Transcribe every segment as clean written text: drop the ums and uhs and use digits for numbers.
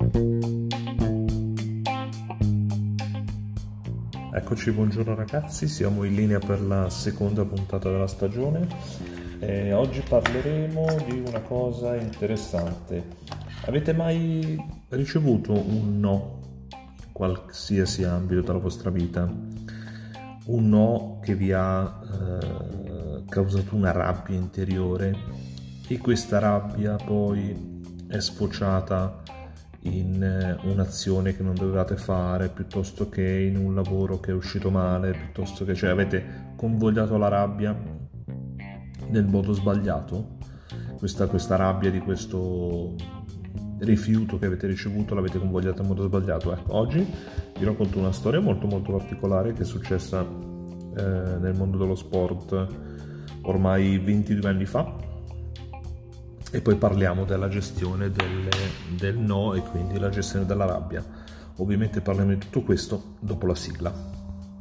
Eccoci, buongiorno ragazzi, siamo in linea per la seconda puntata della stagione e oggi parleremo di una cosa interessante. Avete mai ricevuto un no in qualsiasi ambito della vostra vita? Un no che vi ha causato una rabbia interiore e questa rabbia poi è sfociata in un'azione che non dovevate fare, piuttosto che in un lavoro che è uscito male, piuttosto che avete convogliato la rabbia nel modo sbagliato. Questa rabbia di questo rifiuto che avete ricevuto l'avete convogliata in modo sbagliato. Ecco, oggi vi racconto una storia molto molto particolare che è successa nel mondo dello sport ormai 22 anni fa. E poi parliamo della gestione del no e quindi la gestione della rabbia. Ovviamente parliamo di tutto questo dopo la sigla.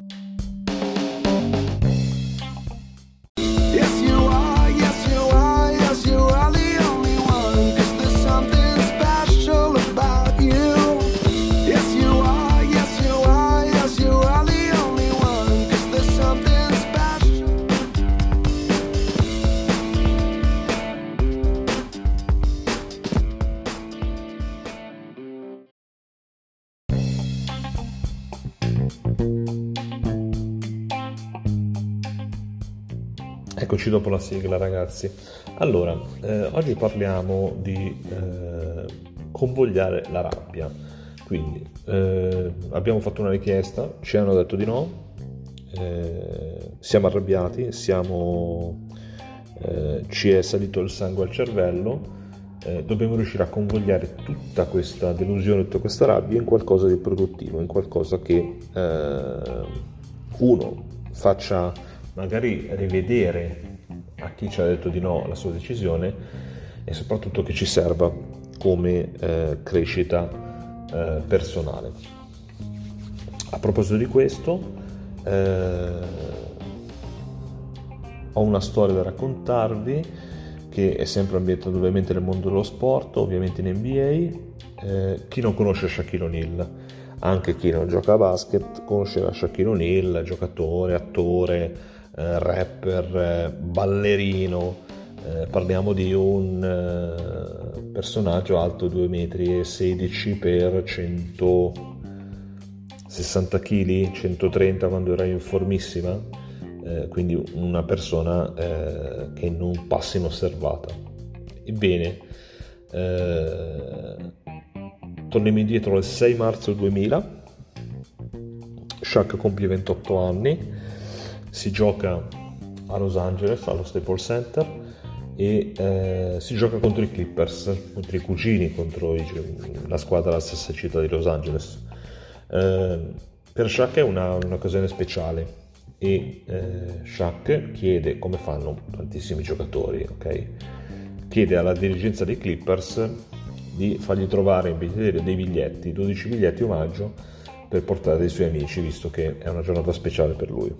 Eccoci dopo la sigla ragazzi. Allora, oggi parliamo di convogliare la rabbia. Quindi abbiamo fatto una richiesta, ci hanno detto di no, siamo arrabbiati, ci è salito il sangue al cervello, dobbiamo riuscire a convogliare tutta questa delusione, tutta questa rabbia in qualcosa di produttivo, in qualcosa che uno faccia magari rivedere a chi ci ha detto di no la sua decisione e soprattutto che ci serva come crescita personale. A proposito di questo, ho una storia da raccontarvi che è sempre ambientata ovviamente nel mondo dello sport, ovviamente in NBA. Chi non conosce Shaquille O'Neal? Anche chi non gioca a basket conosceva Shaquille O'Neal, giocatore, attore, rapper, ballerino. Parliamo di un personaggio alto 2,16 m per 160 kg, 130 quando era in formissima, quindi una persona che non passa inosservata. Ebbene, torniamo indietro al 6 marzo 2000, Shaq compie 28 anni, si gioca a Los Angeles, allo Staples Center, e si gioca contro i Clippers, contro i cugini, contro la squadra della stessa città di Los Angeles. Per Shaq è un'occasione speciale e Shaq chiede, come fanno tantissimi giocatori, ok? Chiede alla dirigenza dei Clippers di fargli trovare in biglietteria dei biglietti, 12 biglietti omaggio per portare dei suoi amici, visto che è una giornata speciale per lui.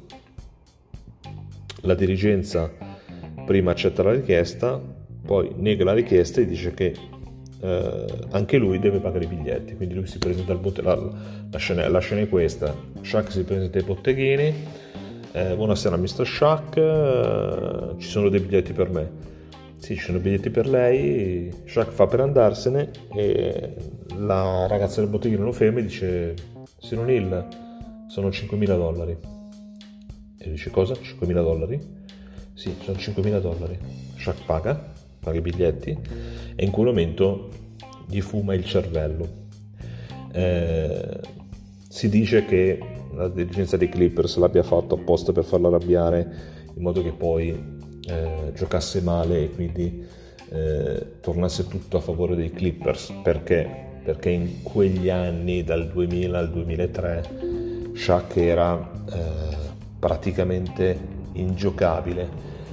La dirigenza prima accetta la richiesta, poi nega la richiesta e dice che anche lui deve pagare i biglietti. Quindi lui si presenta al botteghino, la scena è questa: Shaq si presenta ai botteghini, buonasera Mr. Shaq, ci sono dei biglietti per me. Sì, ci sono biglietti per lei. Shaq fa per andarsene e la ragazza del botteghino lo ferma e dice: Signor O'Neal, sono $5.000. E dice: cosa? $5.000? Sì, sono $5.000. Shaq paga i biglietti e in quel momento gli fuma il cervello. Si dice che la dirigenza dei Clippers l'abbia fatto apposta per farlo arrabbiare, in modo che poi giocasse male e quindi tornasse tutto a favore dei Clippers. Perché in quegli anni, dal 2000 al 2003, Shaq era praticamente ingiocabile,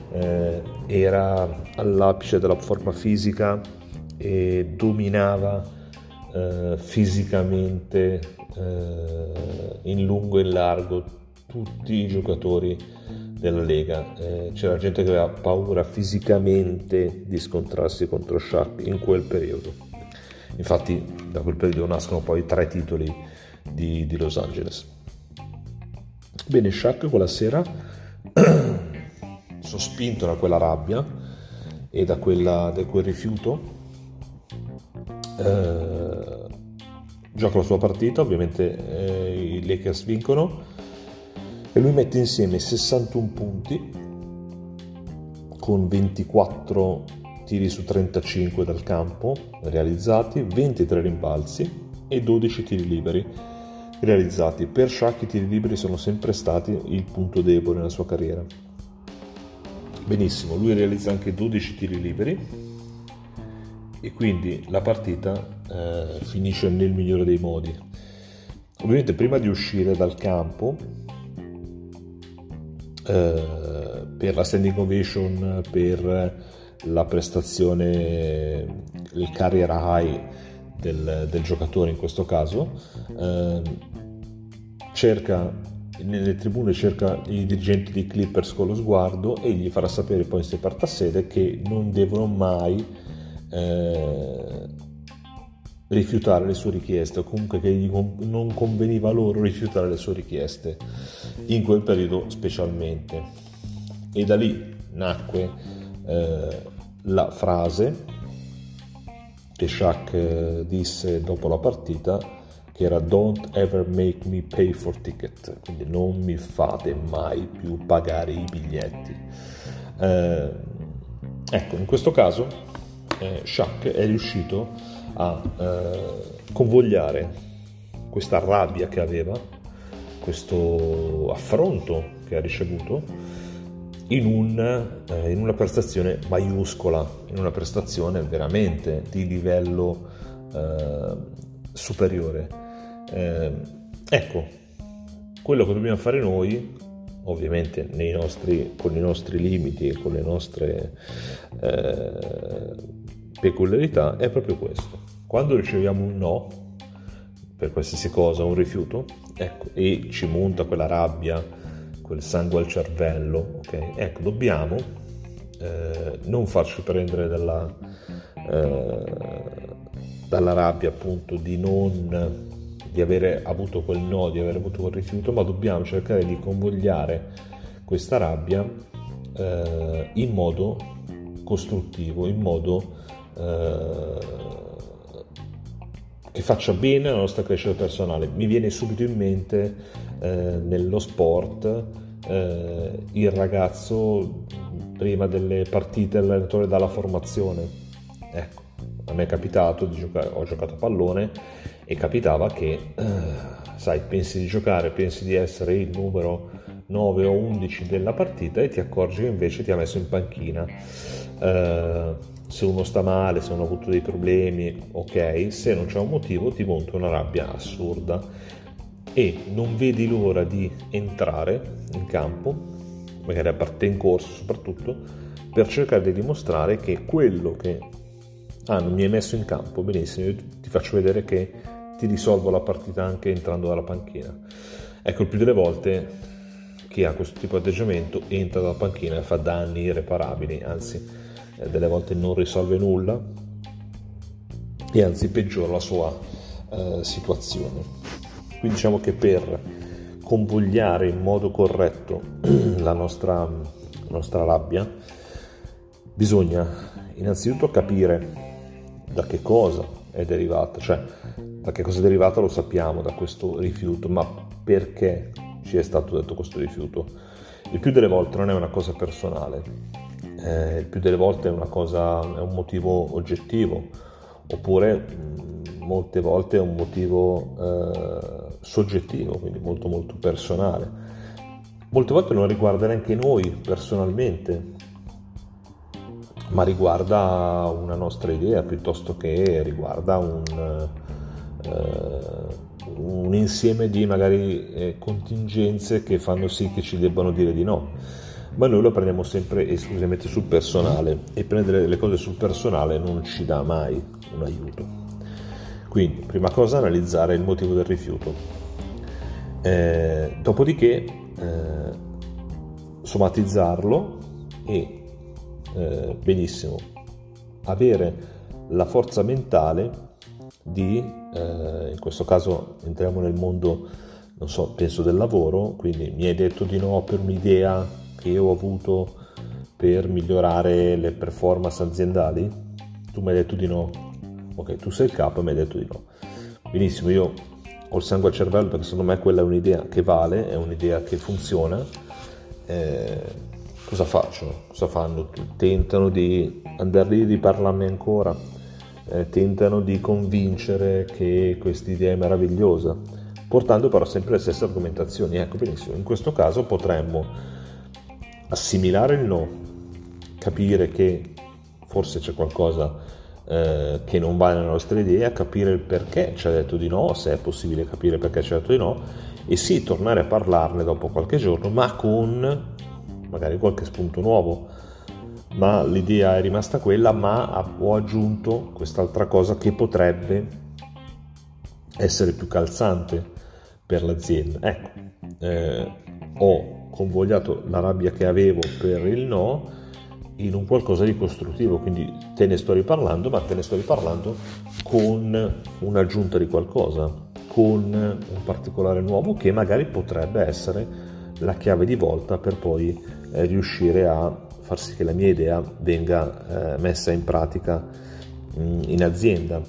era all'apice della forma fisica e dominava fisicamente in lungo e in largo tutti i giocatori della Lega. C'era gente che aveva paura fisicamente di scontrarsi contro Shaq in quel periodo. Infatti da quel periodo nascono poi 3 titoli di Los Angeles. Bene, Shaq quella sera, sospinto da quella rabbia e da quel rifiuto, gioca la sua partita. Ovviamente i Lakers vincono e lui mette insieme 61 punti con 24 tiri su 35 dal campo realizzati, 23 rimbalzi e 12 tiri liberi realizzati. Per Shaq i tiri liberi sono sempre stati il punto debole nella sua carriera. Benissimo, lui realizza anche 12 tiri liberi e quindi la partita finisce nel migliore dei modi. Ovviamente prima di uscire dal campo, per la standing ovation, per la prestazione, il career high del giocatore in questo caso, nelle tribune cerca i dirigenti di Clippers con lo sguardo e gli farà sapere poi in separata sede che non devono mai rifiutare le sue richieste, o comunque che non conveniva loro rifiutare le sue richieste in quel periodo specialmente. E da lì nacque la frase che Shaq disse dopo la partita, che era "Don't ever make me pay for ticket", quindi non mi fate mai più pagare i biglietti. Ecco, in questo caso Shaq è riuscito a convogliare questa rabbia che aveva, questo affronto che ha ricevuto, in una prestazione maiuscola, in una prestazione veramente di livello superiore. Ecco, quello che dobbiamo fare noi, ovviamente con i nostri limiti e con le nostre peculiarità, è proprio questo. Quando riceviamo un no per qualsiasi cosa, un rifiuto, ecco, e ci monta quella rabbia, quel sangue al cervello, ok? Ecco, dobbiamo non farci prendere dalla rabbia, appunto, di avere avuto quel no, di aver avuto quel rifiuto, ma dobbiamo cercare di convogliare questa rabbia in modo costruttivo, in modo che faccia bene alla nostra crescita personale. Mi viene subito in mente nello sport il ragazzo prima delle partite, l'allenatore dà la formazione. Ecco, a me è capitato di giocare, ho giocato a pallone e capitava che sai, pensi di giocare, pensi di essere il numero 9 o 11 della partita e ti accorgi che invece ti ha messo in panchina. Se uno sta male, se uno ha avuto dei problemi, ok, se non c'è un motivo ti monta una rabbia assurda e non vedi l'ora di entrare in campo, magari a parte in corso soprattutto, per cercare di dimostrare che quello che non mi hai messo in campo, benissimo, io ti faccio vedere che ti risolvo la partita anche entrando dalla panchina. Ecco, il più delle volte chi ha questo tipo di atteggiamento entra dalla panchina e fa danni irreparabili, anzi delle volte non risolve nulla e anzi peggiora la sua situazione. Quindi diciamo che per convogliare in modo corretto la nostra rabbia bisogna innanzitutto capire da che cosa è derivata, cioè da che cosa è derivata lo sappiamo, da questo rifiuto, ma perché ci è stato detto questo rifiuto. Il più delle volte non è una cosa personale, il più delle volte è un motivo oggettivo, oppure molte volte è un motivo soggettivo, quindi molto molto personale. Molte volte non riguarda neanche noi personalmente, ma riguarda una nostra idea, piuttosto che riguarda un insieme di magari contingenze che fanno sì che ci debbano dire di no, ma noi lo prendiamo sempre esclusivamente sul personale e prendere le cose sul personale non ci dà mai un aiuto. Quindi prima cosa, analizzare il motivo del rifiuto, dopodiché somatizzarlo e benissimo avere la forza mentale in questo caso entriamo nel mondo, non so, penso del lavoro, quindi mi hai detto di no per un'idea che io ho avuto per migliorare le performance aziendali, tu mi hai detto di no, ok, tu sei il capo e mi hai detto di no, benissimo, io ho il sangue al cervello perché secondo me quella è un'idea che vale, è un'idea che funziona. Cosa faccio? Cosa fanno? Tentano di andare lì, di parlarne ancora, tentano di convincere che questa idea è meravigliosa, portando però sempre le stesse argomentazioni. Ecco, benissimo, in questo caso potremmo assimilare il no, capire che forse c'è qualcosa che non va nella nostra idea, capire il perché ci ha detto di no, se è possibile capire perché ci ha detto di no, e sì, tornare a parlarne dopo qualche giorno, ma con magari qualche spunto nuovo. Ma l'idea è rimasta quella, ma ho aggiunto quest'altra cosa che potrebbe essere più calzante per l'azienda. Ecco, ho convogliato la rabbia che avevo per il no in un qualcosa di costruttivo, quindi te ne sto riparlando, ma te ne sto riparlando con un'aggiunta di qualcosa, con un particolare nuovo che magari potrebbe essere la chiave di volta per poi riuscire a far sì che la mia idea venga messa in pratica in azienda.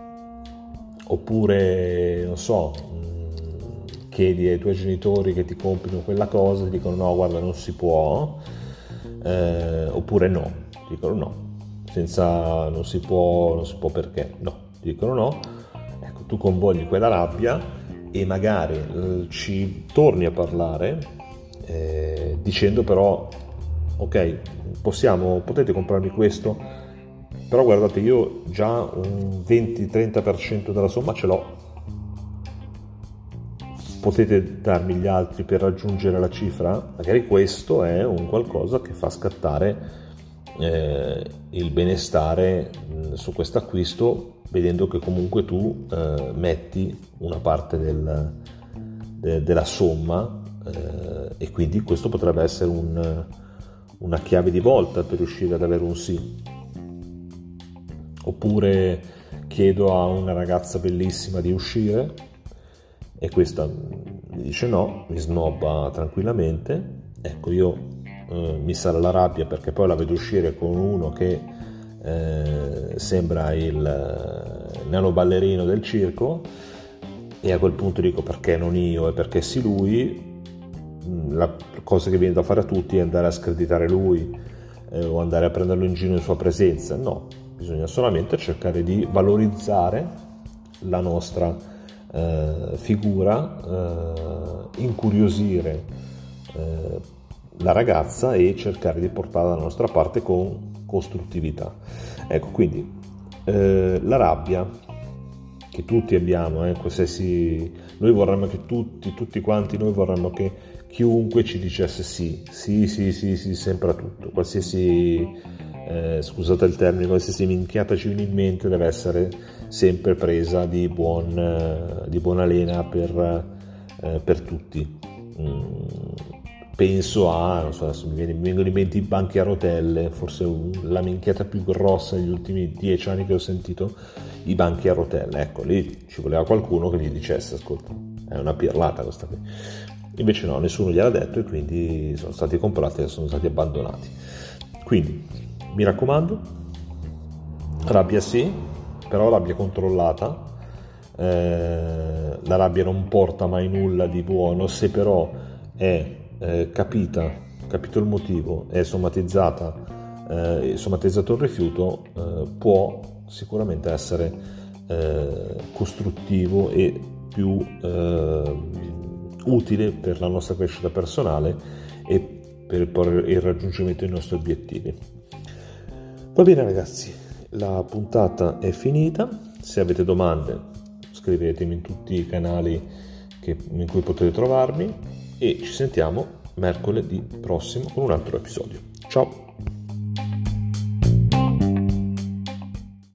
Oppure, non so, chiedi ai tuoi genitori che ti comprino quella cosa, ti dicono no, guarda, non si può, oppure no, ti dicono no, senza non si può perché, no, ti dicono no. Ecco, tu convogli quella rabbia e magari ci torni a parlare dicendo però ok, potete comprarmi questo, però guardate, io già un 20-30% della somma ce l'ho, potete darmi gli altri per raggiungere la cifra? Magari questo è un qualcosa che fa scattare il benestare su questo acquisto, vedendo che comunque tu metti una parte della somma, e quindi questo potrebbe essere una chiave di volta per riuscire ad avere un sì. Oppure chiedo a una ragazza bellissima di uscire e questa mi dice no, mi snobba tranquillamente. Ecco, io mi sale la rabbia perché poi la vedo uscire con uno che sembra il nano ballerino del circo, e a quel punto dico perché non io e perché sì lui. La cosa che viene da fare a tutti è andare a screditare lui o andare a prenderlo in giro in sua presenza. No, bisogna solamente cercare di valorizzare la nostra figura, incuriosire la ragazza e cercare di portarla dalla nostra parte con costruttività. Ecco, quindi la rabbia che tutti abbiamo, noi vorremmo che tutti quanti noi vorremmo che chiunque ci dicesse sì, sempre a tutto, qualsiasi scusate il termine, qualsiasi minchiata ci viene in mente deve essere sempre presa di buona lena per tutti. Penso non so, adesso mi vengono in mente i banchi a rotelle, forse la minchiata più grossa negli ultimi 10 anni che ho sentito, i banchi a rotelle. Ecco, lì ci voleva qualcuno che gli dicesse ascolta, è una pirlata questa qui. Invece no, nessuno gliel'ha detto e quindi sono stati comprati e sono stati abbandonati. Quindi mi raccomando, rabbia sì, però rabbia controllata. La rabbia non porta mai nulla di buono, se però è capito il motivo, è somatizzato il rifiuto, può sicuramente essere costruttivo e più utile per la nostra crescita personale e per il raggiungimento dei nostri obiettivi. Va bene ragazzi, la puntata è finita. Se avete domande scrivetemi in tutti i canali in cui potete trovarmi e ci sentiamo mercoledì prossimo con un altro episodio. Ciao!